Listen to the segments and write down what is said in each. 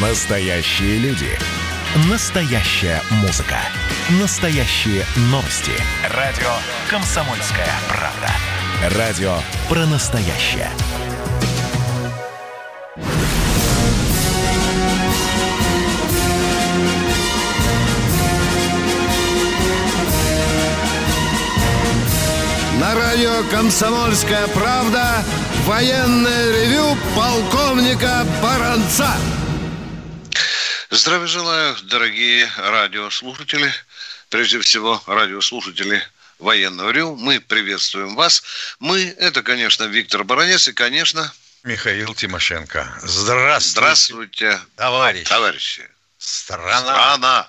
Настоящие люди. Настоящая музыка. Настоящие новости. Радио «Комсомольская правда». Радио про настоящее. На радио «Комсомольская правда» военное ревю полковника Баранца. Здравия желаю, дорогие радиослушатели. Прежде всего, радиослушатели военного ревю. Мы приветствуем вас. Мы, это, конечно, Виктор Баранец и, конечно, Михаил Тимошенко. Здравствуйте. Здравствуйте, товарищи. Страна.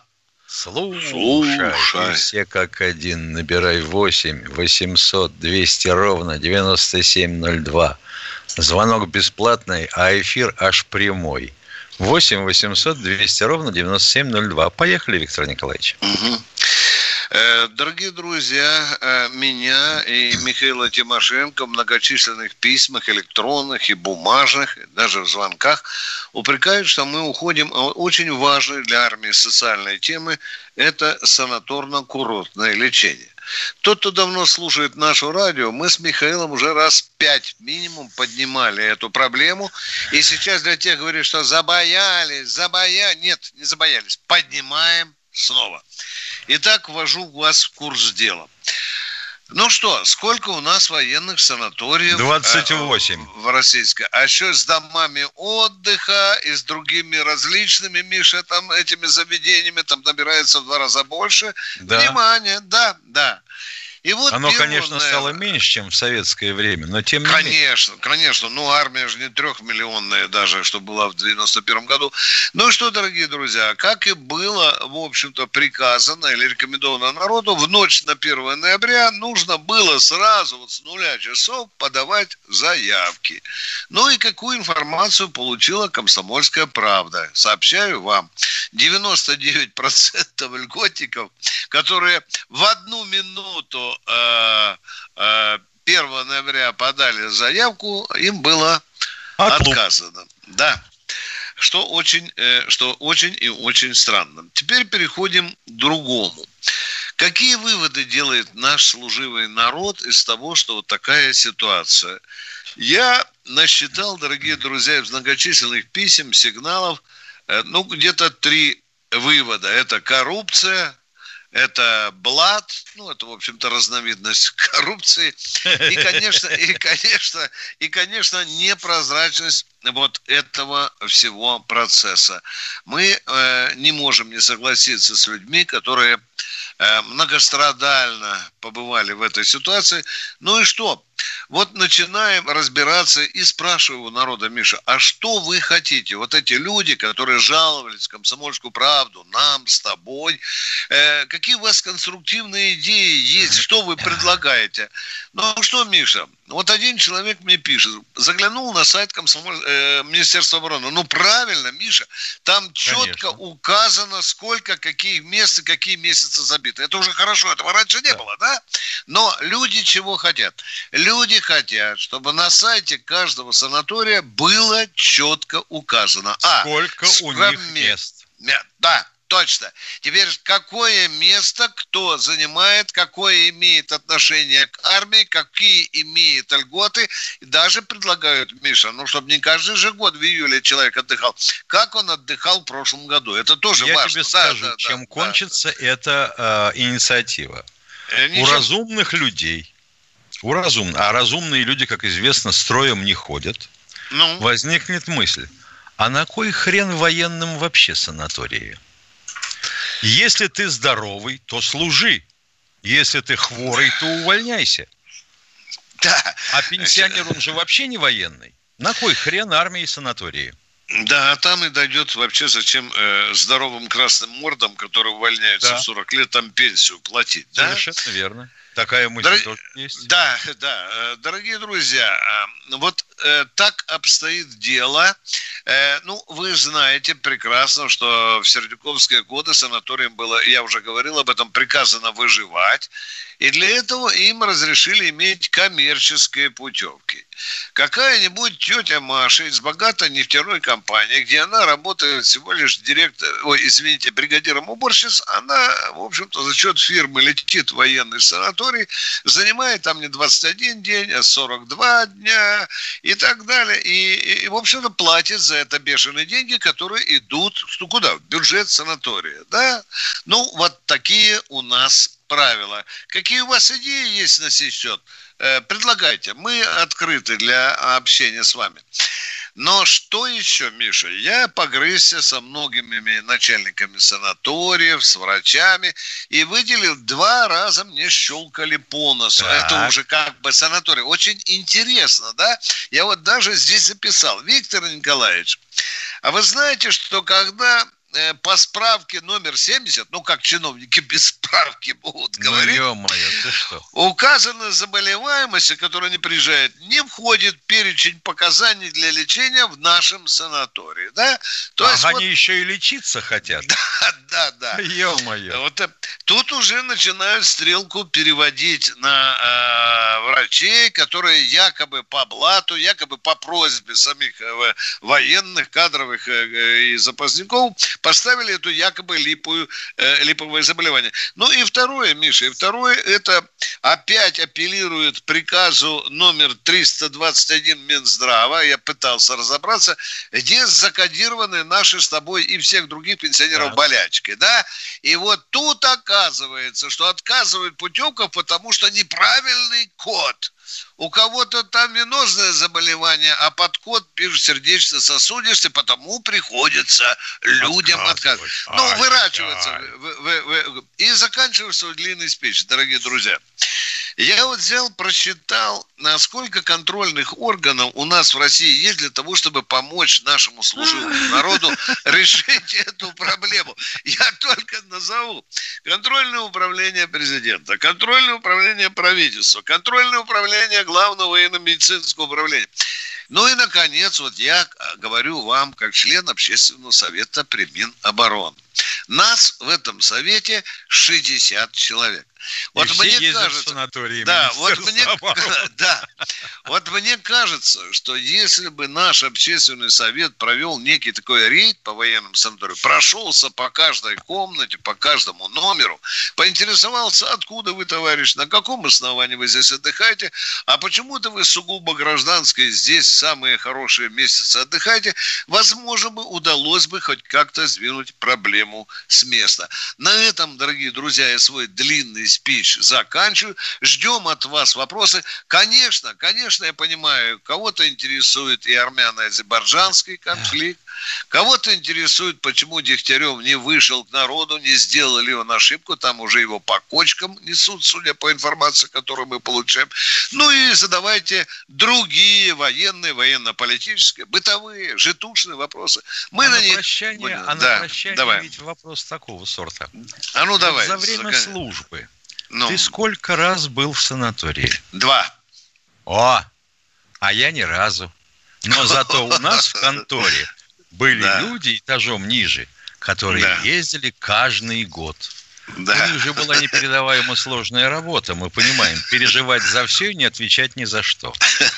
Слушай. Все как один. Набирай 8 800 200 ровно 9702. Звонок бесплатный, а эфир аж прямой. 8 800 200 ровно 9702. Поехали, Виктор Николаевич. Угу. Дорогие друзья, меня и Михаила Тимошенко в многочисленных письмах, электронных и бумажных, даже в звонках, упрекают, что мы уходим от очень важной для армии социальной темы – это санаторно-курортное лечение. Тот, кто давно слушает наше радио, мы с Михаилом уже раз 5 минимум поднимали эту проблему. И сейчас для тех говорят, что забоялись. Нет, не забоялись. Поднимаем снова. Итак, ввожу вас в курс дела. Ну что, сколько у нас военных санаториев? 28. В российской. А еще с домами отдыха и с другими различными, Миша, там этими заведениями там набирается в 2 раза больше. Да. Внимание, да. И вот оно, конечно, стало меньше, чем в советское время, но тем не менее. Конечно. Ну, армия же не 3-миллионная даже, что была в 91 году. Ну и что, дорогие друзья, как и было, в общем-то, приказано или рекомендовано народу, в ночь на 1 ноября нужно было сразу вот с 0 часов подавать заявки. Ну и какую информацию получила «Комсомольская правда»? Сообщаю вам, 99% льготников, которые в 1 минуту 1 ноября подали заявку, им было отказано. Да. Что очень и очень странно. Теперь переходим к другому. Какие выводы делает наш служивый народ из того, что вот такая ситуация? Я насчитал, дорогие друзья, из многочисленных писем, сигналов, где-то 3 вывода. Это коррупция, это блат, это, в общем-то, разновидность коррупции, и, конечно, непрозрачность вот этого всего процесса. Мы не можем не согласиться с людьми, которые многострадально побывали в этой ситуации. Ну и что? Вот начинаем разбираться и спрашиваю у народа: Миша, а что вы хотите? Вот эти люди, которые жаловались в «Комсомольскую правду», нам с тобой, какие у вас конструктивные идеи есть? Что вы предлагаете? Ну что, Миша, вот один человек мне пишет, заглянул на сайт Министерства обороны. Ну правильно, Миша, там четко указано, сколько, каких мест и какие месяцы забиты. Это уже хорошо, этого раньше не было, да? Но люди чего хотят? Люди хотят, чтобы на сайте каждого санатория было четко указано. Сколько у них мест. Да, точно. Теперь какое место кто занимает, какое имеет отношение к армии, какие имеет льготы. И даже предлагают, Миша, чтобы не каждый же год в июле человек отдыхал. Как он отдыхал в прошлом году? Это тоже важно. Я тебе скажу, чем кончится эта инициатива. У разумных людей, а разумные люди, как известно, строем не ходят, возникнет мысль: а на кой хрен военным вообще санатории? Если ты здоровый, то служи. Если ты хворый, то увольняйся. Да. А пенсионер, он же вообще не военный. На кой хрен армии и санатории? Да, а там и дойдет вообще, зачем здоровым красным мордам, которые увольняются в 40 лет, там пенсию платить. Совершенно верно. Такая мысль тоже есть. Да, дорогие друзья, вот так обстоит дело. Вы знаете прекрасно, что в Сердюковские годы санаториям было, я уже говорил об этом, приказано выживать. И для этого им разрешили иметь коммерческие путевки. Какая-нибудь тетя Маша из богатой нефтяной компании, где она работает всего лишь бригадиром уборщиц, она, в общем-то, за счет фирмы летит в военный санаторий, занимает там не 21 день, а 42 дня и так далее. И в общем-то, платит за это бешеные деньги, которые идут, куда? В бюджет санатория, да? Вот такие у нас правила. Какие у вас идеи есть на сей счет? Предлагайте. Мы открыты для общения с вами. Но что еще, Миша? Я погрызся со многими начальниками санаториев, с врачами, и выделил 2 раза мне щелкали по носу. Так. Это уже как бы санаторий. Очень интересно, да? Я вот даже здесь записал. Виктор Николаевич, а вы знаете, что когда по справке номер 70, как чиновники без справки будут говорить, ё-моё, ты что? Указанная заболеваемость, которая не приезжает, не входит в перечень показаний для лечения в нашем санатории, да? То есть они еще и лечиться хотят. Да. Ё-моё. Вот тут уже начинают стрелку переводить на врачей, которые якобы по блату, якобы по просьбе самих военных, кадровых и запасников поставили эту якобы липовое заболевание. И второе, Миша, это опять апеллирует приказу номер 321 Минздрава, я пытался разобраться, где закодированы наши с тобой и всех других пенсионеров болячки, да? И вот тут оказывается, что отказывают путевках, потому что неправильный код. У кого-то там венозное заболевание, а под код пишут сердечно-сосудистый, потому приходится людям отказывать. Вырачиваться. И заканчивается длинный спич, дорогие друзья. Я вот просчитал, насколько контрольных органов у нас в России есть для того, чтобы помочь нашему служивому народу решить эту проблему. Я только назову. Контрольное управление президента, контрольное управление правительства, контрольное управление Главного военно-медицинского управления. И, наконец, я говорю вам, как член Общественного совета при Минобороны. Нас в этом совете 60 человек. Вот мне кажется, мне кажется, что если бы наш общественный совет провел некий такой рейд по военным санаториям, прошелся по каждой комнате, по каждому номеру, поинтересовался, откуда вы, товарищ, на каком основании вы здесь отдыхаете, а почему-то вы сугубо гражданские здесь самые хорошие месяцы отдыхаете, возможно бы удалось бы хоть как-то сдвинуть проблему с места. На этом, дорогие друзья, я свой длинный спич заканчиваю. Ждем от вас вопросы. Конечно, я понимаю, кого-то интересует и армяно-азербайджанский конфликт, кого-то интересует, почему Дегтярев не вышел к народу, не сделал ли он ошибку, там уже его по кочкам несут, судя по информации, которую мы получаем. И задавайте другие военные, военно-политические, бытовые, житушные вопросы. Мы на прощание, давай. Ведь вопрос такого сорта. Давай. За время службы ты сколько раз был в санатории? 2. А я ни разу. Но зато у нас в конторе были люди этажом ниже, которые ездили каждый год. У них же была непередаваемо сложная работа, мы понимаем. Переживать за все и не отвечать ни за что.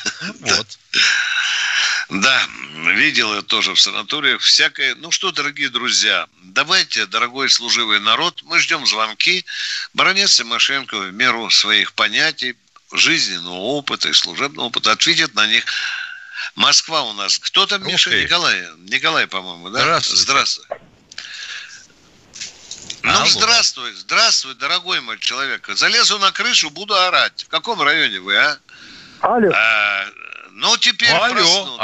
Да, видел я тоже в санаториях всякое. Дорогие друзья, давайте, дорогой служивый народ, мы ждем звонки. Баронец Тимошенко в меру своих понятий, жизненного опыта и служебного опыта ответит на них. Москва у нас. Кто там, Миша? Николай, по-моему, да? Здравствуй. Здравствуй, дорогой мой человек. Залезу на крышу, буду орать. В каком районе вы, а? Алло. Теперь алло.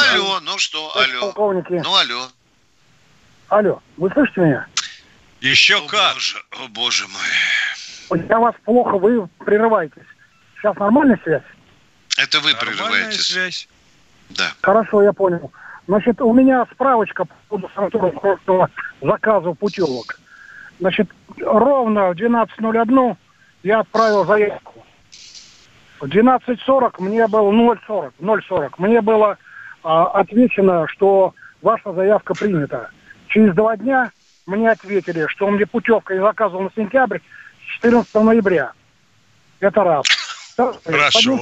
Алло. Алло, вы слышите меня? Еще как. Боже мой. Я вас плохо, вы прерываетесь. Сейчас нормальная связь? Это вы прерываетесь. Связь. Да. Хорошо, я понял. Значит, у меня справочка по поводу санаторного заказа путевок. Значит, ровно в 12:01 я отправил заявку. В 12:40 мне было 0:40. Мне было отвечено, что ваша заявка принята. Через 2 дня мне ответили, что мне путевка я заказывал на сентябрь, 14 ноября. Это раз. Хорошо.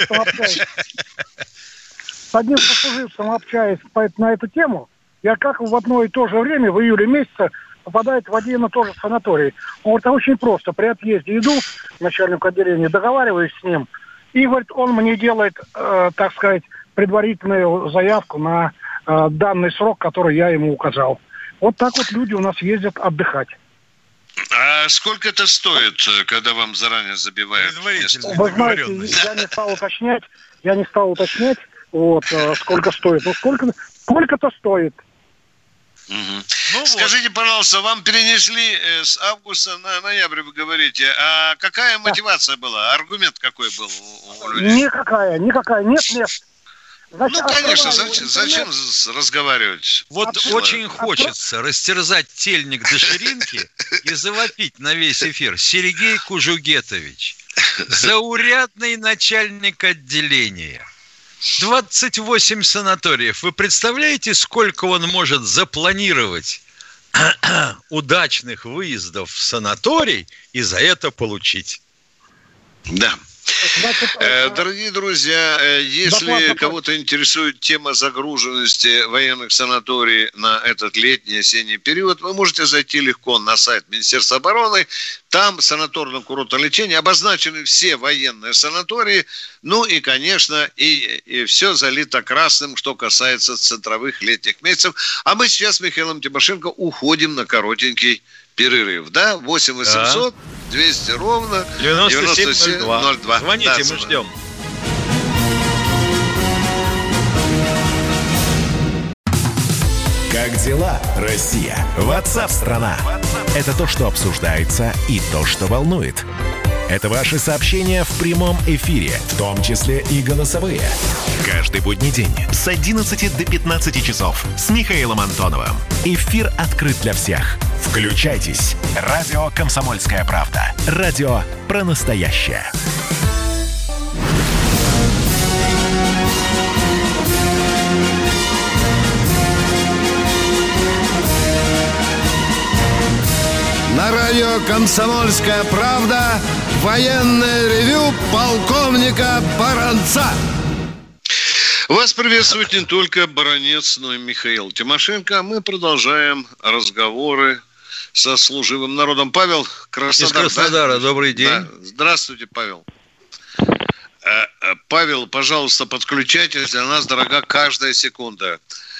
С одним сослуживцем общаясь на эту тему, я как в одно и то же время, в июле месяце, попадает в один и тот же санаторий. Он говорит, очень просто. При отъезде иду к начальнику отделения, договариваюсь с ним, и, говорит, он мне делает, так сказать, предварительную заявку на данный срок, который я ему указал. Вот так вот люди у нас ездят отдыхать. А сколько это стоит, когда вам заранее забивают? Вы знаете, я не стал уточнять, вот, сколько стоит. Ну, сколько-то стоит. Угу. Скажите, пожалуйста, вам перенесли с августа на ноябрь, вы говорите. А какая мотивация была? Аргумент какой был у людей? Никакая. Нет. Значит, конечно, зачем разговаривать? Вот очень хочется растерзать тельник до ширинки и завопить на весь эфир. Сергей Кужугетович, заурядный начальник отделения. 28 санаториев. Вы представляете, сколько он может запланировать удачных выездов в санаторий и за это получить? Да. Дорогие друзья, если кого-то интересует тема загруженности военных санаторий на этот летний осенний период, вы можете зайти легко на сайт Министерства обороны. Там санаторно-курортное лечение, обозначены все военные санатории. Ну и, конечно, и все залито красным, что касается центровых летних месяцев. А мы сейчас с Михаилом Тимошенко уходим на коротенький перерыв, да? 8 800 200 ровно 9702. Звоните, да, мы ждем. Как дела, Россия? WhatsApp-страна. Это то, что обсуждается, и то, что волнует. Это ваши сообщения в прямом эфире, в том числе и голосовые. Каждый будний день с 11 до 15 часов с Михаилом Антоновым. Эфир открыт для всех. Включайтесь. Радио «Комсомольская правда». Радио про настоящее. На радио «Комсомольская правда» военное ревю полковника Баранца. Вас приветствует не только Баранец, но и Михаил Тимошенко. Мы продолжаем разговоры со служивым народом. Павел, Краснодар. Из Краснодара, да? Добрый день. Да. Здравствуйте, Павел. Павел, пожалуйста, подключайтесь. Для нас дорога каждая секунда.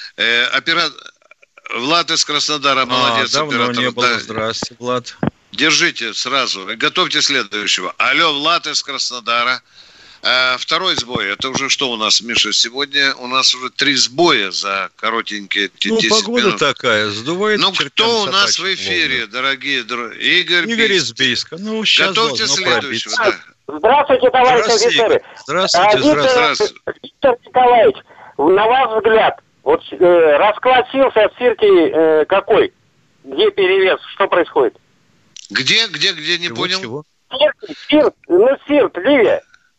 Влад из Краснодара, молодец. Давно оператор. Не было. Да. Здравствуйте, Влад. Держите сразу. Готовьте следующего. Алло, Влад из Краснодара. Второй сбой. Это уже что у нас, Миша? Сегодня у нас уже 3 сбоя за коротенькие 10 погода минут. Такая, сдувает. Ну, кто у нас в эфире, волны. Дорогие друзья? Игорь из Бийска. Ну, сейчас готовьте следующего. Да. Здравствуйте, товарищи офицеры. Здравствуйте. Виктор Николаевич, на ваш взгляд, вот расклад сил в Сирте какой? Где перевес? Что происходит? Где? Не понял? Чего? Сирт, Ливия.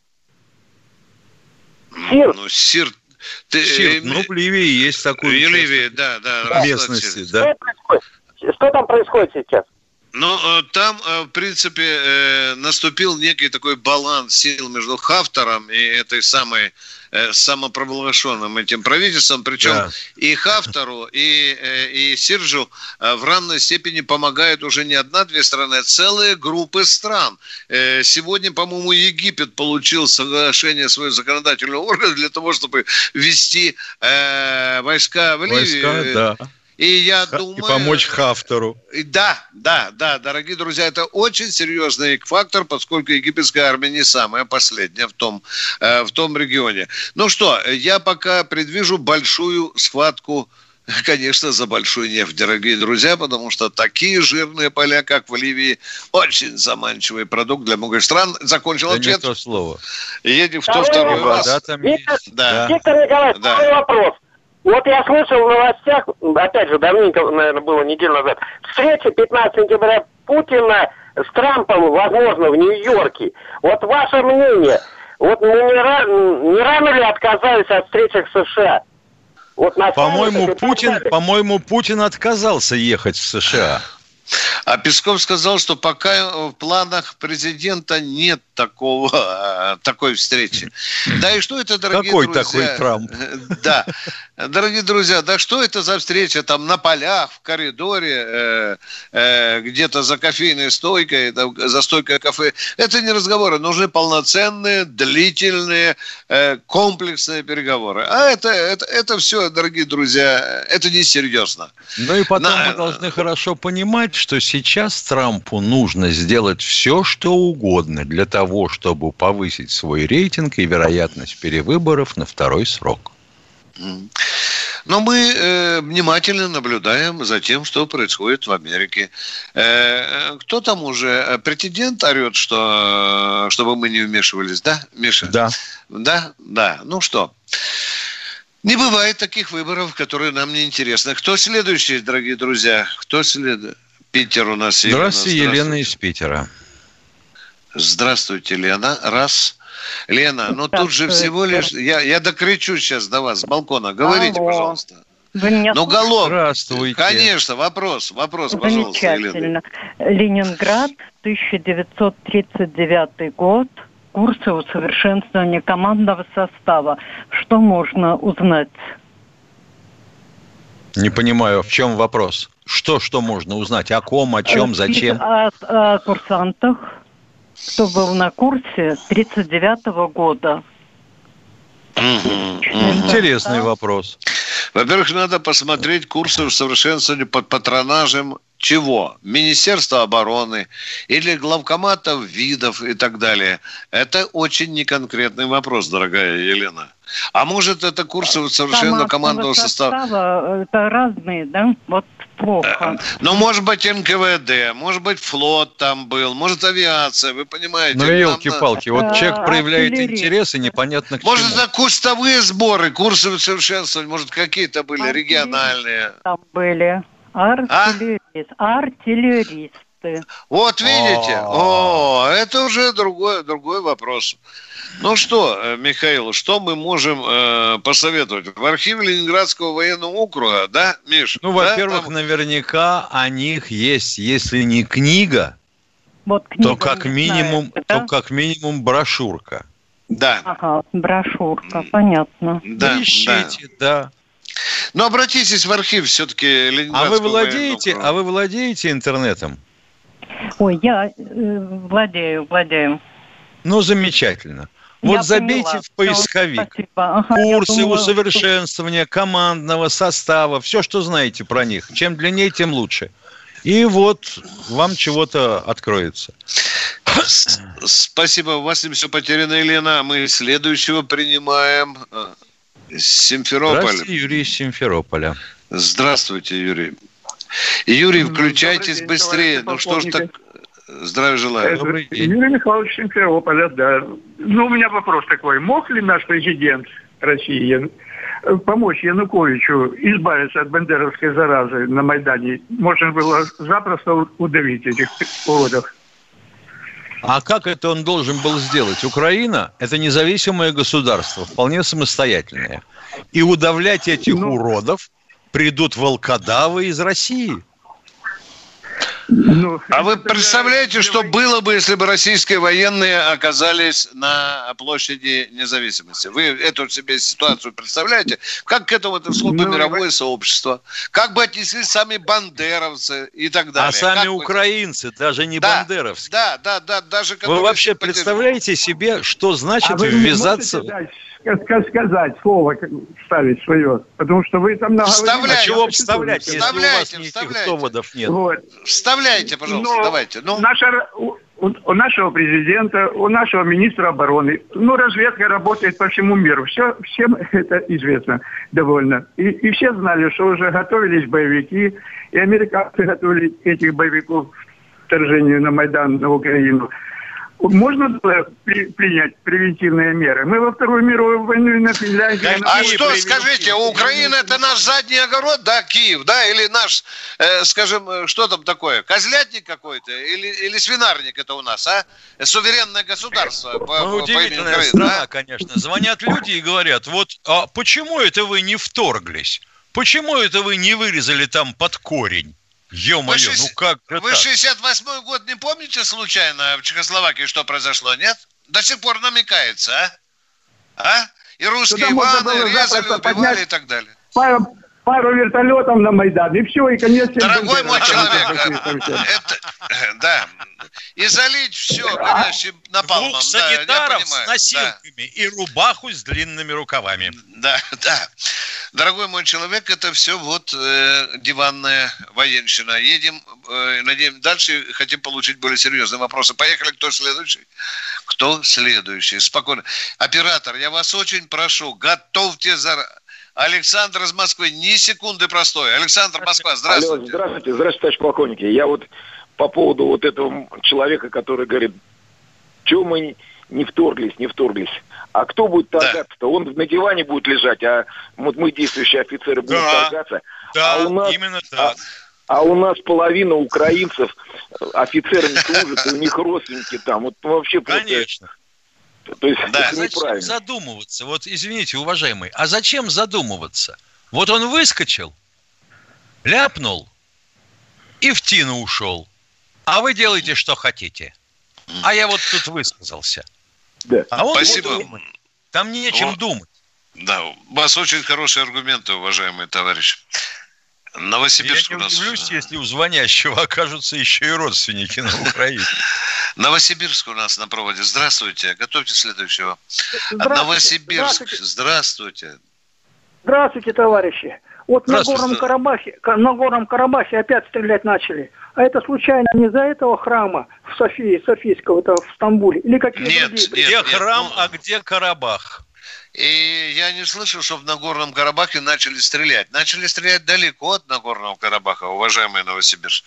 Сирт. В Ливии есть такой Ливии, да. Местности, да. Что там происходит сейчас? Ну, там, в принципе, наступил некий такой баланс сил между Хафтаром и этой самой самопровозглашенным этим правительством. Причем и Хафтару, и Сирджу в равной степени помогают уже не 1-2 страны, а целые группы стран. Сегодня, по-моему, Египет получил соглашение своего законодательного органа для того, чтобы ввести войска в Ливию. Да. И я думаю... И помочь Хафтару. Да, дорогие друзья, это очень серьезный фактор, поскольку египетская армия не самая последняя в том регионе. Ну что, я пока предвижу большую схватку, конечно, за большую нефть, дорогие друзья, потому что такие жирные поля, как в Ливии, очень заманчивый продукт для многих стран. Закончил ответ. Не то слово. Едем в второй вопрос. Виктор Николаевич, второй вопрос. Вот я слышал в новостях, опять же, давненько, наверное, было неделю назад, встреча 15 сентября Путина с Трампом, возможно, в Нью-Йорке. Вот ваше мнение, вот мы не рано ли отказались от встречи с США? Вот По-моему, Путин отказался ехать в США. А Песков сказал, что пока в планах президента нет такой встречи. Да и что это, дорогие друзья? Какой такой Трамп? Да, дорогие друзья, да что это за встреча там на полях, в коридоре, где-то за кофейной стойкой, за стойкой кафе? Это не разговоры, нужны полноценные, длительные, комплексные переговоры. А это все, дорогие друзья, это несерьезно. Ну и потом мы должны хорошо понимать, что сейчас Трампу нужно сделать все, что угодно для того, чтобы повысить свой рейтинг и вероятность перевыборов на второй срок. Но мы внимательно наблюдаем за тем, что происходит в Америке. Кто там уже? Претендент орет, чтобы мы не вмешивались, да, Миша? Да. Да. Ну что? Не бывает таких выборов, которые нам не интересны. Кто следующий, дорогие друзья? Кто следует? Питер у нас. Здравствуйте, Елена из Питера. Здравствуйте, Лена. Раз. Лена, ну тут же всего лишь... Я докричу сейчас до вас с балкона. Говорите, пожалуйста. Вы меня Голов. Здравствуйте. Конечно, вопрос, пожалуйста, Елена. Ленинград, 1939 год. Курсы усовершенствования командного состава. Что можно узнать? Не понимаю, в чем вопрос? Что можно узнать? О ком, о чем, зачем? О курсантах, кто был на курсе 1939 года. Интересный вопрос. Во-первых, надо посмотреть курсы усовершенствования под патронажем чего? Министерства обороны или главкоматов видов и так далее. Это очень неконкретный вопрос, дорогая Елена. А может, это курсы усовершенствования командного состава? Это разные, да? Вот плохо. Ну, может быть, НКВД, может быть, флот там был, может, авиация, вы понимаете? Ну, елки-палки, вот человек проявляет интерес, и непонятно к чему. Может, это кустовые сборы, курсы усовершенствования, может, какие-то были региональные. Там были артиллеристы. Вот видите? Это уже другой вопрос. Ну что, Михаил, что мы можем посоветовать? В архиве Ленинградского военного округа, да, Миш? Ну, во-первых, там... наверняка о них есть, если не книга, то как минимум брошюрка. Да. Ага, брошюрка, понятно. Да, ищите, да. Но обратитесь в архив все-таки Ленинградского военного округа. А вы владеете интернетом? Ой, я владею. Ну, замечательно. Вот забейте в поисковик курсы усовершенствования командного состава, все, что знаете про них. Чем длиннее, тем лучше. И вот вам чего-то откроется. Спасибо. У вас не все потеряно, Елена. Мы следующего принимаем Симферополь. Здравствуйте, Юрий из Симферополя. Здравствуйте, Юрий. Юрий, включайтесь быстрее. Ну что ж так... Здравия желаю. Юрий Михайлович Симферополя, да. Ну, у меня вопрос такой. Мог ли наш президент России помочь Януковичу избавиться от бандеровской заразы на Майдане? Можно было запросто удавить этих поводов. А как это он должен был сделать? Украина – это независимое государство, вполне самостоятельное. И удавлять этих уродов придут волкодавы из России. А вы представляете, что было бы, если бы российские военные оказались на площади Независимости? Вы эту себе ситуацию представляете? Как к этому отнесло бы мировое сообщество? Как бы отнеслись сами бандеровцы и так далее? А сами украинцы, даже не бандеровцы. Да, даже... Вы вообще представляете себе, что значит ввязаться... сказать слово, вставить свое, потому что вы там наговорили... А чего вставлять, если у вас никаких доводов нет? Вот. Вставляйте, пожалуйста, давайте. У нашего президента, у нашего министра обороны, разведка работает по всему миру. Всем это известно довольно. И все знали, что уже готовились боевики, и американцы готовили этих боевиков к вторжению на Майдан, на Украину. Можно было принять превентивные меры? Мы во Вторую мировую войну на Финляндии... А что, скажите, Украина это наш задний огород, да, Киев, да, или наш, скажем, что там такое, козлятник какой-то, или свинарник это у нас, а? Суверенное государство по имени Украина, страна, да? конечно. Звонят люди и говорят, вот, а почему это вы не вторглись? Почему это вы не вырезали там под корень? Ё-моё, ну как же Вы так? 68-й год не помните случайно в Чехословакии, что произошло, нет? До сих пор намекается, а? И русские Иваны резали, убивали и так далее. Пару вертолетов на Майдан, и все, и конец. Дорогой мой человек, да, и залить все горящим напалмом. Двух санитаров с носилками и рубаху с длинными рукавами. Да. Дорогой мой человек, это все вот диванная военщина. Едем, надеемся, дальше хотим получить более серьезные вопросы. Поехали, кто следующий? Спокойно. Оператор, я вас очень прошу, готовьте Александр из Москвы, ни секунды простой. Александр, Москва, здравствуйте. Алло, здравствуйте, товарищ полковник. Я вот по поводу вот этого человека, который говорит, чего мы не вторглись. А кто будет торгаться-то? Он на диване будет лежать, а вот мы, действующие офицеры, будем торгаться. Да, а у нас, именно так. А у нас половина украинцев офицерами служат, и у них родственники там. Вот вообще конечно. То есть это неправильно. Зачем задумываться? Вот, извините, уважаемый, а зачем задумываться? Вот он выскочил, ляпнул и в тину ушел. А вы делаете, что хотите. А я вот тут высказался. Да. А он спасибо. Там нечем думать. Да, у вас очень хорошие аргументы, уважаемый товарищ. Новосибирск я у нас... не удивлюсь, если у звонящего окажутся еще и родственники на Украине. Новосибирск у нас на проводе. Здравствуйте. Готовьте следующего. Новосибирск. Здравствуйте. Здравствуйте, товарищи. Вот на Горном Карабахе опять стрелять начали. А это случайно не из-за этого храма в Софийского, это в Стамбуле? Или какие-то другие? Где храм, а где Карабах? И я не слышал, что в Нагорном Карабахе начали стрелять. Начали стрелять далеко от Нагорного Карабаха, уважаемый Новосибирск.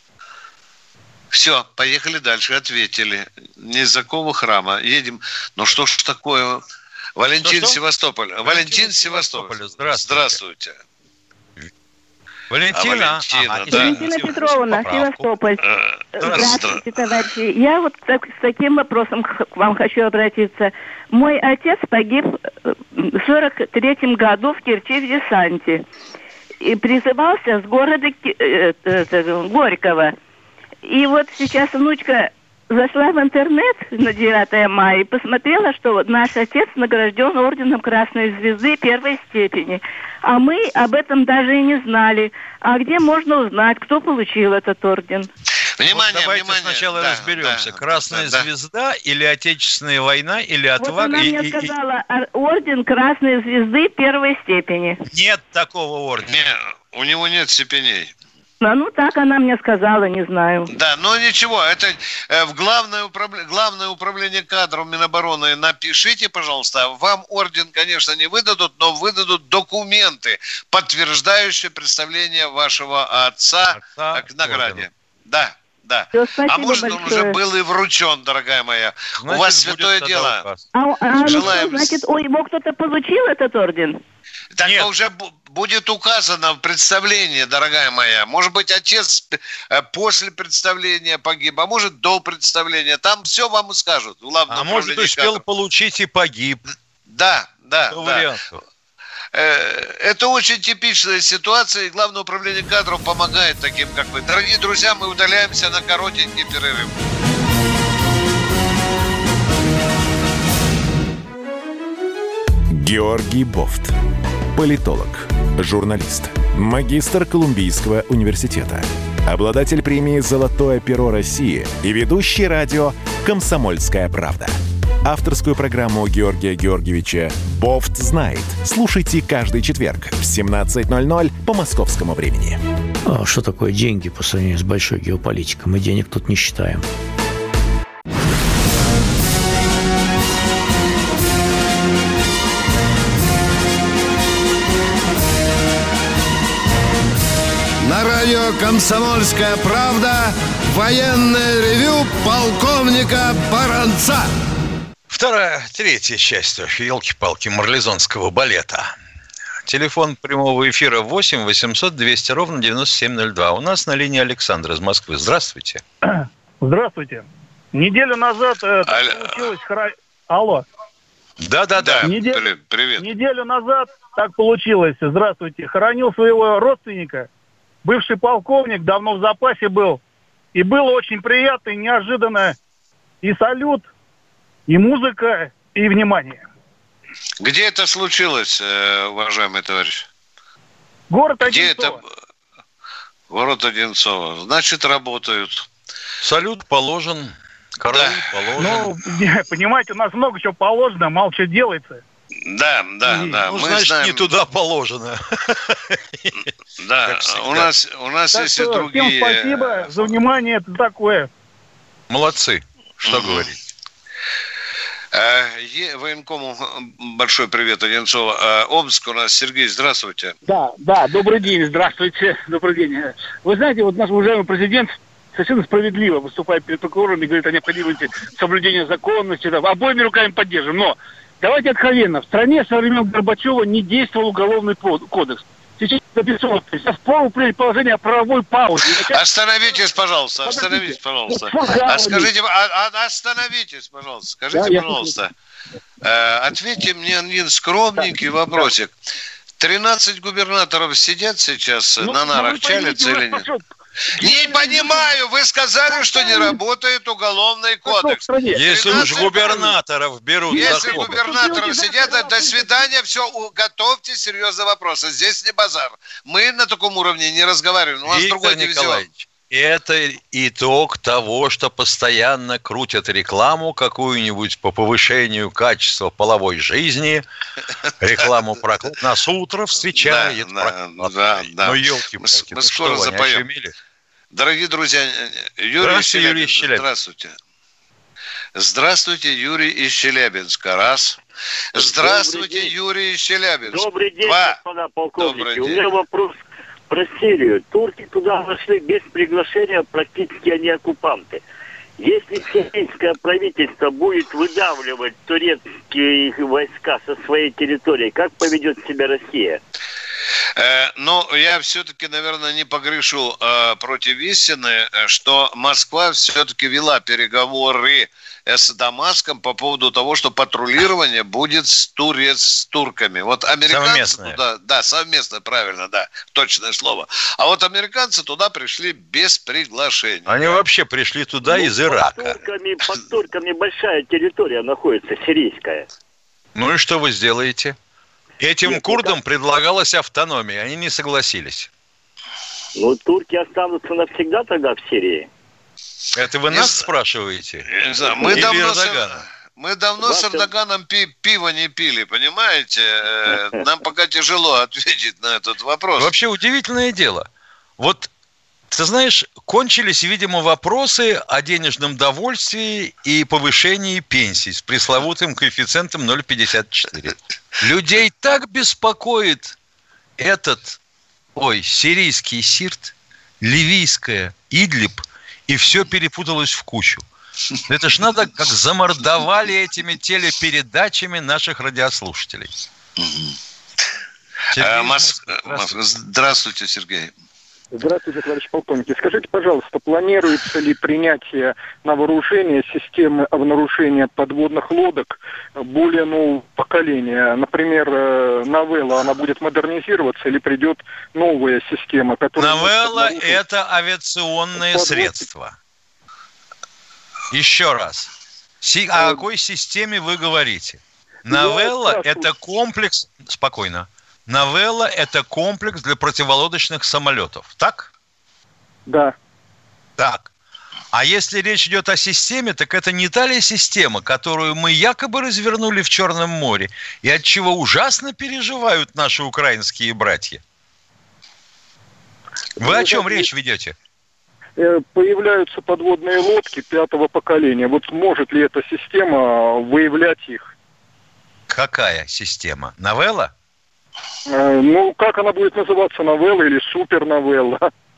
Все, поехали дальше, ответили. Не из-за какого храма. Едем. Ну что ж такое? Валентин Севастополь. Валентин Севастополь. Здравствуйте. Валентина Петровна, Севастополь. Здравствуйте, товарищи. Я вот с таким вопросом к вам хочу обратиться. Мой отец погиб в 43-м году в Керчи в десанте. И призывался с города Горького. И вот сейчас внучка зашла в интернет на 9 мая и посмотрела, что наш отец награжден орденом Красной Звезды первой степени. А мы об этом даже и не знали. А где можно узнать, кто получил этот орден? Внимание, давайте сначала разберемся. Красная звезда или Отечественная война, или отвага? Вот она мне сказала, орден Красной Звезды первой степени. Нет такого ордена. Нет, у него нет степеней. Ну, так она мне сказала, не знаю. Да, но ничего, это в главное управление кадров Минобороны напишите, пожалуйста. Вам орден, конечно, не выдадут, но выдадут документы, подтверждающие представление вашего отца к награде. Да. Все, спасибо может, большое. он уже был и вручен, дорогая моя. Значит, у вас святое дело. Желаем... значит, его кто-то получил, этот орден? Так уже будет указано в представлении, дорогая моя. Может быть, отец после представления погиб, а может, до представления. Там все вам и скажут. А может, успел получить и погиб. Да. Вариантов. Это очень типичная ситуация, и Главное управление кадров помогает таким, как вы. Дорогие друзья, мы удаляемся на коротенький перерыв. Георгий Бофт. Политолог, журналист, магистр Колумбийского университета, обладатель премии «Золотое перо России» и ведущий радио «Комсомольская правда». Авторскую программу Георгия Георгиевича «Бофт знает». Слушайте каждый четверг в 17:00 по московскому времени. А что такое деньги по сравнению с большой геополитикой? Мы денег тут не считаем. На радио «Комсомольская правда» военное ревю полковника Баранца. Третья часть, елки-палки, марлезонского балета. Телефон прямого эфира 8 800 200 ровно 9702. У нас на линии Александр из Москвы. Здравствуйте. Здравствуйте. Неделю назад получилось... Алло. Да. Привет. Неделю назад так получилось. Здравствуйте. Хоронил своего родственника. Бывший полковник, давно в запасе был. И было очень приятно и неожиданно. И салют, и музыка, и внимание. Где это случилось, уважаемый товарищ? Город Одинцово. Город Одинцово. Значит, работают. Салют положен, караул положен. Понимаете, у нас много чего положено, мало что делается. Да. Мы значит, знаем... не туда положено. Да, у нас есть и другие... Всем спасибо за внимание, это такое. Молодцы, что говорить. Военкому большой привет, Одинцово. Омск у нас. Сергей, здравствуйте. Да, добрый день, здравствуйте, добрый день. Вы знаете, вот наш уважаемый президент совершенно справедливо выступает перед прокурорами и говорит о необходимости соблюдения законности. Обоими руками поддержим. Но давайте откровенно, в стране со времен Горбачева не действовал уголовный кодекс. Сейчас записано. Сейчас положение о правовой паузе. Остановитесь, пожалуйста. Остановитесь, пожалуйста. Скажите, пожалуйста. Ответьте мне один скромненький вопросик. 13 губернаторов сидят сейчас на нарах, чалятся или нет? Не понимаю, вы сказали, что не работает уголовный кодекс. Если уж губернаторов берут. Если губернаторов сидят, до свидания, все, готовьте серьезные вопросы. Здесь не базар. Мы на таком уровне не разговариваем. У нас другой дивизион. Это итог того, что постоянно крутят рекламу какую-нибудь по повышению качества половой жизни. Рекламу про нас утро встречает. Да. Ну, елки-палки, мы скоро запоем. Дорогие друзья, Юрий из Челябинска. Здравствуйте. Здравствуйте, Юрий из Челябинска. Раз. Здравствуйте, Юрий из Челябинска. Добрый день, Два. господа полковники. У меня вопрос про Сирию. Турки туда вошли без приглашения, практически они оккупанты. Если сирийское правительство будет выдавливать турецкие войска со своей территории, как поведет себя Россия? Но я все-таки, наверное, не погрешу против истины, что Москва все-таки вела переговоры с Дамаском по поводу того, что патрулирование будет с турками. Вот американцы туда... совместно, правильно, точное слово. А вот американцы туда пришли без приглашения. Они вообще пришли туда из Ирака. Под турками большая территория находится, сирийская. Ну и что вы сделаете? Этим курдам предлагалась автономия, они не согласились. Ну, турки останутся навсегда тогда в Сирии. Это вы нас спрашиваете? Мы давно с Эрдоганом пиво не пили, понимаете? Нам пока тяжело ответить на этот вопрос. Вообще удивительное дело. Вот, ты знаешь, кончились, видимо, вопросы о денежном довольствии и повышении пенсий с пресловутым коэффициентом 0,54. Людей так беспокоит этот, сирийский Сирт, ливийская Идлиб, и все перепуталось в кучу. Это ж надо, как замордовали этими телепередачами наших радиослушателей. Здравствуйте, Сергей. Здравствуйте, товарищ полковник. Скажите, пожалуйста, планируется ли принятие на вооружение системы обнаружения подводных лодок более нового поколения? Например, Новелла, она будет модернизироваться или придет новая система? Новелла – это авиационное средство. Еще раз. О какой системе вы говорите? Новелла – это комплекс... Спокойно. Новелла – это комплекс для противолодочных самолетов, так? Да. Так. А если речь идет о системе, так это не та ли система, которую мы якобы развернули в Черном море, и от чего ужасно переживают наши украинские братья? Вы о чем речь ведете? Появляются подводные лодки 5-го поколения. Вот может ли эта система выявлять их? Какая система? Новелла? Как она будет называться, новелла или суперновелла?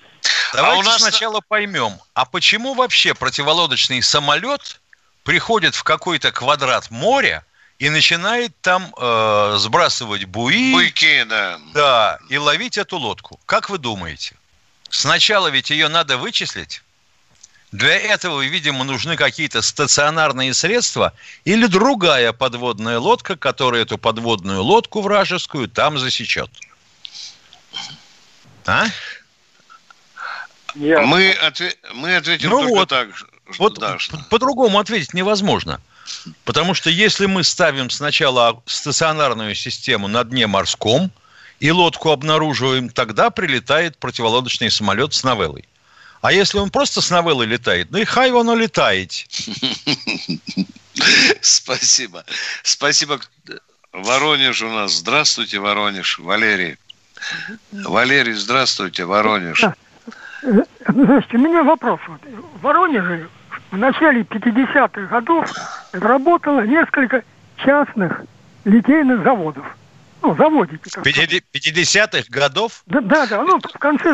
Давайте сначала поймем, а почему вообще противолодочный самолет приходит в какой-то квадрат моря и начинает там сбрасывать буйки, да, и ловить эту лодку? Как вы думаете? Сначала ведь ее надо вычислить. Для этого, видимо, нужны какие-то стационарные средства или другая подводная лодка, которая эту подводную лодку вражескую там засечет. А? Мы ответим только так. Вот по-другому ответить невозможно. Потому что если мы ставим сначала стационарную систему на дне морском и лодку обнаруживаем, тогда прилетает противолодочный самолет с новеллой. А если он просто с новеллой летает, ну и хай воно летает. Спасибо. Спасибо. Воронеж у нас. Здравствуйте, Воронеж. Валерий. Валерий, здравствуйте, Воронеж. Здравствуйте, у меня вопрос. В Воронеже в начале 50-х годов работало несколько частных литейных заводов. Ну, заводики. 50-х годов? Да, ну, в конце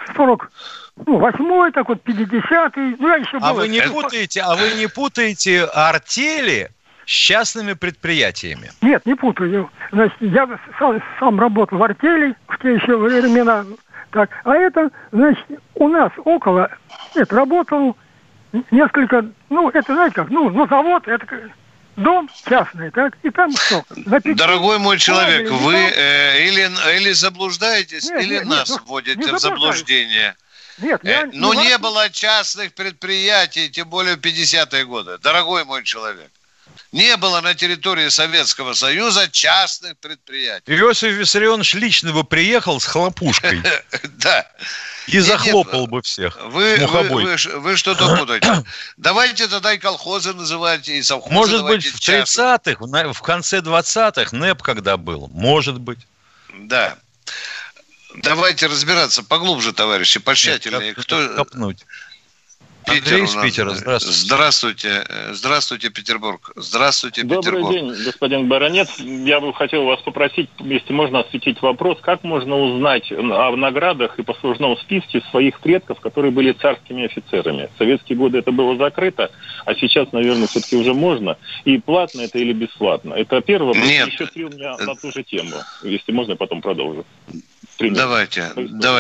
48-й, так вот, 50-й. Ну, я еще был. Вы не путаете артели с частными предприятиями? Нет, не путаю. Значит, я сам работал в артели в те еще времена. Так, а это, значит, у нас около, это работал несколько, ну, это, знаете как, ну завод, это дом частный, так, и там что? Дорогой мой человек, вы или заблуждаетесь, или нас вводите в заблуждение. Нет, не было частных предприятий, тем более в 50-е годы, дорогой мой человек. Не было на территории Советского Союза частных предприятий. Иосиф Виссарионович лично бы приехал с хлопушкой. Да. И захлопал бы всех. Вы что-то путаете. Давайте тогда и колхозы называть, и совхозы. Может быть, в 30-х, в конце 20-х НЭП когда был. Может быть. Да. Давайте разбираться поглубже, товарищи, потщательнее. Кто копнуть? Андрей из Питера, здравствуйте. Здравствуйте, Петербург. Здравствуйте, Петербург. Добрый день, господин баронет. Я бы хотел вас попросить, если можно, осветить вопрос, как можно узнать о наградах и послужном списке своих предков, которые были царскими офицерами. В советские годы это было закрыто, а сейчас, наверное, все-таки уже можно. И платно это или бесплатно? Это первый вопрос. Нет. Еще три у меня на ту же тему. Если можно, я потом продолжу. Давайте.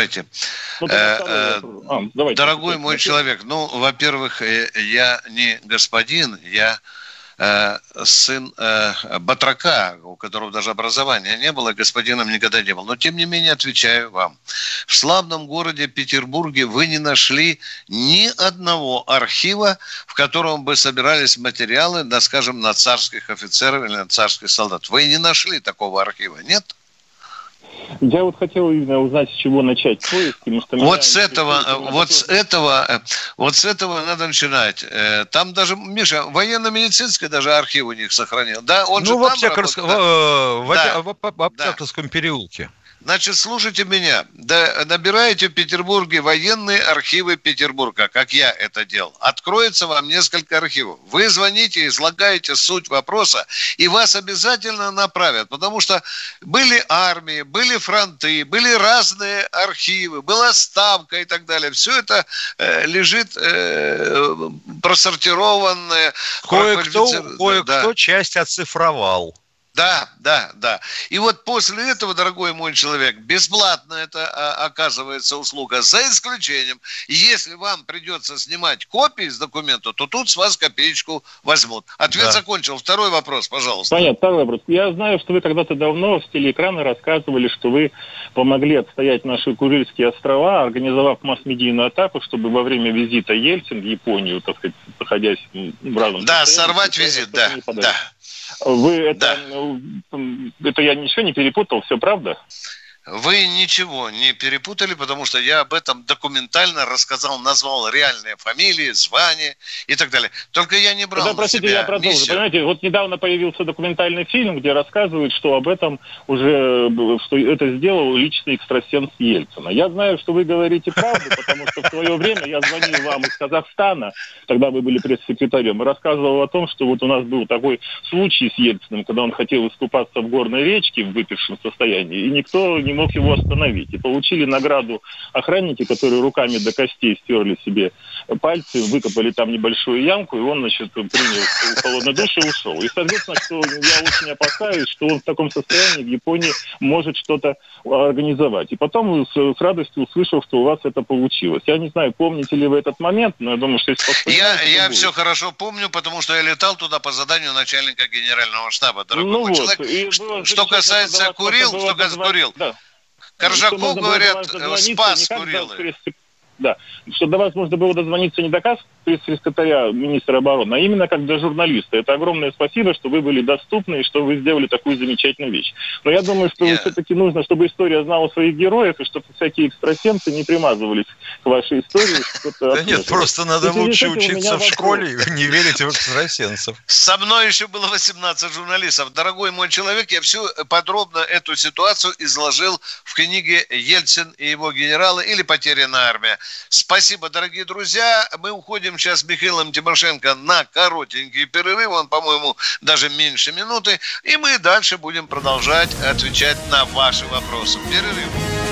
Дорогой мой человек, во-первых, я не господин, я сын батрака, у которого даже образования не было, господином никогда не был. Но, тем не менее, отвечаю вам. В славном городе Петербурге вы не нашли ни одного архива, в котором бы собирались материалы, скажем, на царских офицеров или на царских солдат. Вы не нашли такого архива, нет? Я вот хотел именно узнать, с чего начать поиск. Вот с этого надо начинать. Там даже, Миша, военно-медицинский даже архив у них сохранил. Да, он же в Аптековском переулке. Значит, слушайте меня. Набираете в Петербурге военные архивы Петербурга, как я это делал. Откроется вам несколько архивов. Вы звоните, излагаете суть вопроса, и вас обязательно направят. Потому что были армии, были фронты, были разные архивы, была ставка и так далее. Все это лежит просортированное. Кое-кто часть оцифровал. Да. И вот после этого, дорогой мой человек, бесплатно это оказывается услуга, за исключением, если вам придется снимать копии с документа, то тут с вас копеечку возьмут. Ответ закончил. Второй вопрос, пожалуйста. Понятно, второй вопрос. Я знаю, что вы когда-то давно с телеэкрана рассказывали, что вы помогли отстоять наши Курильские острова, организовав масс-медийную атаку, чтобы во время визита Ельцин в Японию, так сказать, находясь в разном... Да, сорвать визит, да. Вы это я ничего не перепутал, все правда? Вы ничего не перепутали, потому что я об этом документально рассказал, назвал реальные фамилии, звания и так далее. Только я не брал на себя я продолжу. миссию. Понимаете, вот недавно появился документальный фильм, где рассказывают, что об этом уже, что это сделал личный экстрасенс Ельцина. Я знаю, что вы говорите правду, потому что в свое время я звонил вам из Казахстана, тогда вы были пресс-секретарем, и рассказывал о том, что вот у нас был такой случай с Ельциным, когда он хотел искупаться в горной речке в выпившем состоянии, и никто не мог его остановить. И получили награду охранники, которые руками до костей стерли себе пальцы, выкопали там небольшую ямку, и он, значит, принял холодный душ и ушел. И, соответственно, что я очень опасаюсь, что он в таком состоянии в Японии может что-то организовать. И потом с радостью услышал, что у вас это получилось. Я не знаю, помните ли вы этот момент, но я думаю, что если Я все хорошо помню, потому что я летал туда по заданию начальника генерального штаба, дорогой мой человек. Что касается Курил, да. Коржаков, говорят, спас Курилы. Да, что до вас можно было дозвониться не до пресс-секретаря министра обороны, а именно как до журналиста. Это огромное спасибо, что вы были доступны и что вы сделали такую замечательную вещь. Но я думаю, что все-таки нужно, чтобы история знала своих героев, и чтобы всякие экстрасенсы не примазывались к вашей истории. Да нет, просто надо лучше учиться в школе и не верить в экстрасенсов. Со мной еще было 18 журналистов. Дорогой мой человек, я всю подробно эту ситуацию изложил в книге «Ельцин и его генералы» или «Потерянная армия». Спасибо, дорогие друзья. Мы уходим сейчас с Михаилом Тимошенко на коротенький перерыв. Он, по-моему, даже меньше минуты. И мы дальше будем продолжать отвечать на ваши вопросы. Перерыв.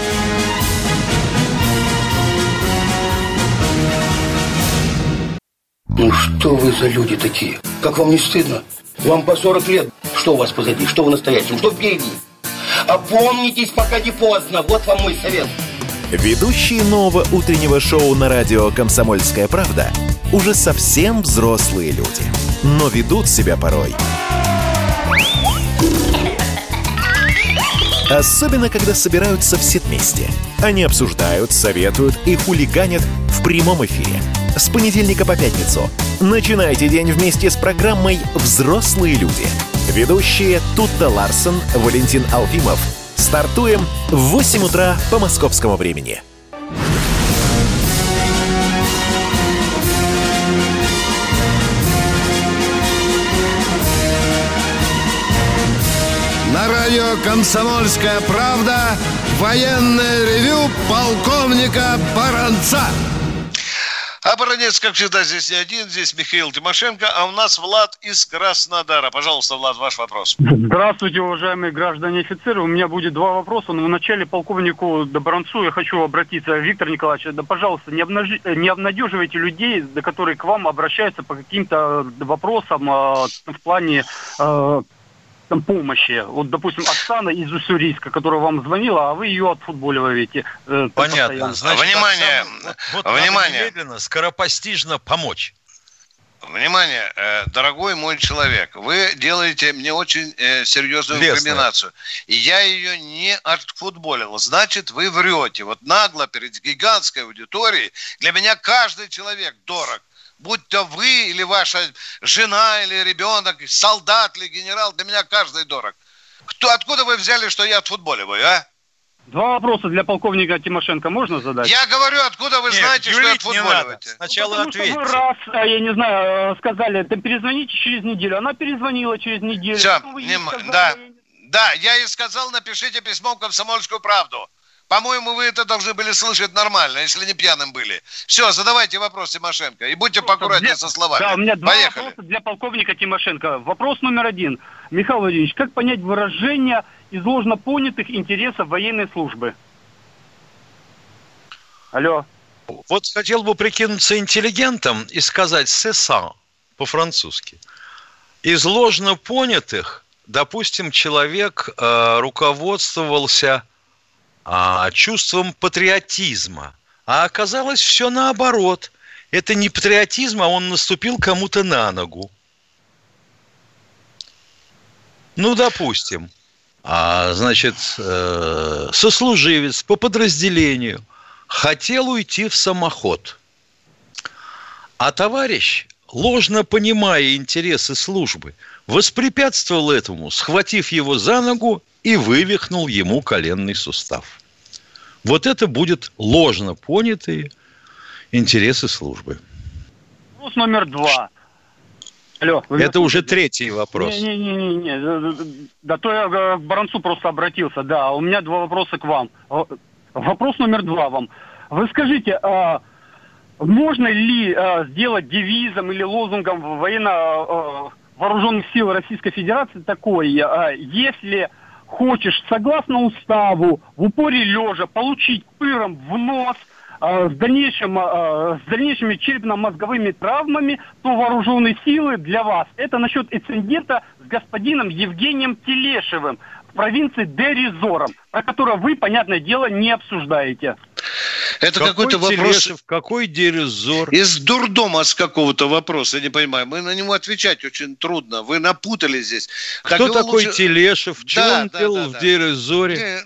Ну что вы за люди такие? Как вам не стыдно? Вам по 40 лет. Что у вас позади? Что в настоящем? Что впереди? Опомнитесь, пока не поздно. Вот вам мой совет. Ведущие нового утреннего шоу на радио «Комсомольская правда» уже совсем взрослые люди, но ведут себя порой. Особенно, когда собираются все вместе. Они обсуждают, советуют и хулиганят в прямом эфире. С понедельника по пятницу. Начинайте день вместе с программой «Взрослые люди». Ведущие Тутта Ларсон, Валентин Алфимов. Стартуем в 8 утра по московскому времени. На радио «Комсомольская правда» военное ревю полковника Баранца. А Баранец, как всегда, здесь не один, здесь Михаил Тимошенко, а у нас Влад из Краснодара. Пожалуйста, Влад, ваш вопрос. Здравствуйте, уважаемые граждане офицеры. У меня будет два вопроса. Но вначале полковнику Баранцу я хочу обратиться. Виктор Николаевич, да, пожалуйста, не обнадеживайте людей, которые к вам обращаются по каким-то вопросам в плане помощи. Вот, допустим, Оксана из Уссурийска, которая вам звонила, а вы ее отфутболиваете. Понятно. Значит, внимание, Оксана, внимание. Немедленно, скоропостижно помочь. Внимание, дорогой мой человек, вы делаете мне очень серьезную инкриминацию. И я ее не отфутболил. Значит, вы врете. Вот нагло перед гигантской аудиторией. Для меня каждый человек дорог. Будь то вы, или ваша жена, или ребенок, солдат, или генерал, для меня каждый дорог. Откуда вы взяли, что я отфутболиваю, а? Два вопроса для полковника Тимошенко можно задать? Я говорю, откуда вы знаете, что я отфутболиваете? Сначала ответьте. Вы раз, я не знаю, сказали, перезвоните через неделю. Она перезвонила через неделю. Все, да, я ей сказал, напишите письмо в «Комсомольскую правду». По-моему, вы это должны были слышать нормально, если не пьяным были. Все, задавайте вопрос Тимошенко. И будьте поаккуратнее со словами. Да, у меня два Поехали. вопроса для полковника Тимошенко. Вопрос номер один. Михаил Владимирович, как понять выражение из ложно понятых интересов военной службы? Алло. Вот хотел бы прикинуться интеллигентом и сказать «c'est ça» по-французски. Из ложно понятых, допустим, человек руководствовался чувством патриотизма. А оказалось все наоборот. Это не патриотизм, а он наступил кому-то на ногу. Ну, допустим, сослуживец по подразделению хотел уйти в самоход. А товарищ, ложно понимая интересы службы, воспрепятствовал этому, схватив его за ногу и вывихнул ему коленный сустав. Вот это будет ложно понятые интересы службы. Вопрос номер два. Алло, это уже третий вопрос. Не. Да то я к Баранцу просто обратился. Да, у меня два вопроса к вам. Вопрос номер два вам. Вы скажите, можно ли сделать девизом или лозунгом военно-вооруженных сил Российской Федерации такой, если хочешь, согласно уставу, в упоре лежа, получить пыром в нос с дальнейшими черепно-мозговыми травмами, то вооруженные силы для вас. Это насчет инцидента с господином Евгением Телешевым в провинции Деризором, про которого вы, понятное дело, не обсуждаете. Это какой-то вопрос... Телешев, какой Деризор? Из дурдома с какого-то вопроса, я не понимаю. Мы на него отвечать очень трудно. Вы напутали здесь. Кто такой Телешев? Чего он делал в Деризоре?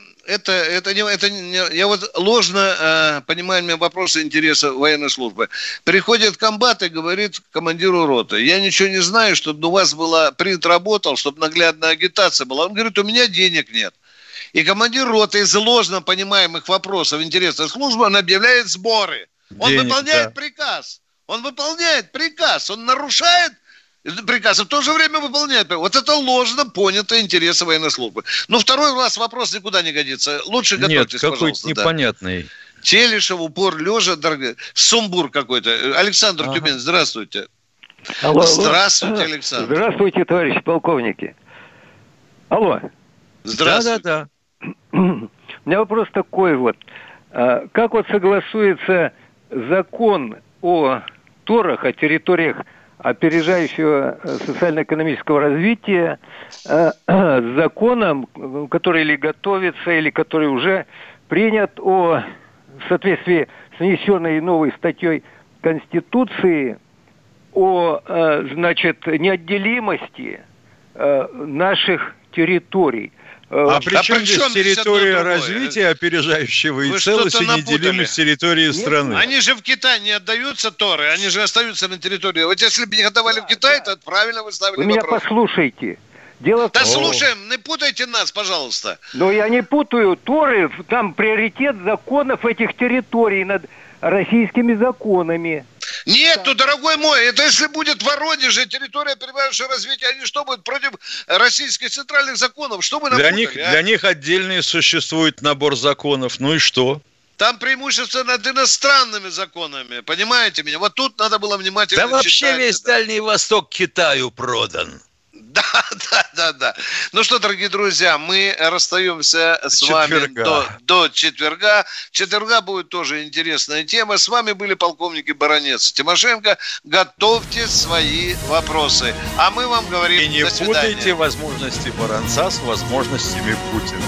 Я вот ложно понимаю меня вопросы интереса военной службы. Приходит комбат и говорит командиру роты: я ничего не знаю, чтобы у вас была принт работал, чтобы наглядная агитация была. Он говорит: у меня денег нет. И командир роты из ложно понимаемых вопросов интереса службы, он объявляет сборы. Он выполняет приказ. Он выполняет приказ. Он нарушает приказ, и в то же время выполняет. Вот это ложно понятые интересы военной службы. Но второй раз вопрос никуда не годится. Лучше готовьтесь, пожалуйста. Нет, какой-то непонятный. Телешев, упор лежа, сумбур какой-то. Александр Тюмень, здравствуйте. Алло, здравствуйте, Александр. Здравствуйте, товарищи полковники. Алло. Здравствуйте. Да. У меня вопрос такой вот. Как вот согласуется закон о ТОРах, о территориях опережающего социально-экономического развития с законом, который или готовится, или который уже принят в соответствии с внесенной новой статьей Конституции о, неотделимости наших территорий. А при чем здесь территория развития опережающего и целость и неделимость территории страны? Они же в Китай не отдаются торы, они же остаются на территории. Вот если бы не отдавали в Китай, то правильно вы ставили вопрос. Вы меня послушайте. Слушаем, не путайте нас, пожалуйста. Но я не путаю. Торы, там приоритет законов этих территорий над российскими законами. Нету, дорогой мой, это если будет в Воронеже территория опережающего развития, они что будут против российских центральных законов? Что мы напутали? Для них отдельный существует набор законов, ну и что? Там преимущество над иностранными законами, понимаете меня? Вот тут надо было внимательно читать. Да вообще весь Дальний Восток Китаю продан. Да. Ну что, дорогие друзья, мы расстаемся с вами до четверга. Четверга будет тоже интересная тема. С вами были полковники Баранец, Тимошенко. Готовьте свои вопросы. А мы вам говорим до свидания. И не путайте возможности Баранца с возможностями Путина.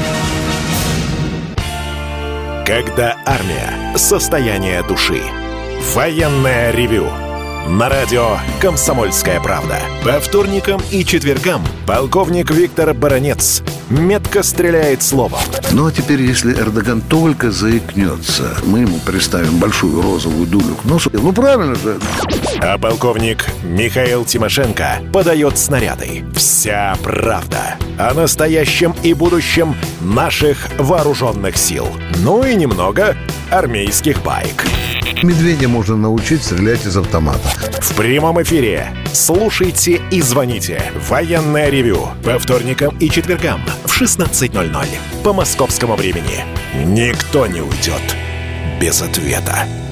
Когда армия. Состояние души. Военное ревю. На радио «Комсомольская правда». По вторникам и четвергам полковник Виктор Баранец метко стреляет словом. Ну а теперь, если Эрдоган только заикнется, мы ему приставим большую розовую дулю к носу. Ну правильно же. А полковник Михаил Тимошенко подает снаряды. Вся правда о настоящем и будущем наших вооруженных сил. Ну и немного армейских баек. Медведя можно научить стрелять из автомата. В прямом эфире слушайте и звоните. Военное ревю по вторникам и четвергам в 16:00 по московскому времени. Никто не уйдет без ответа.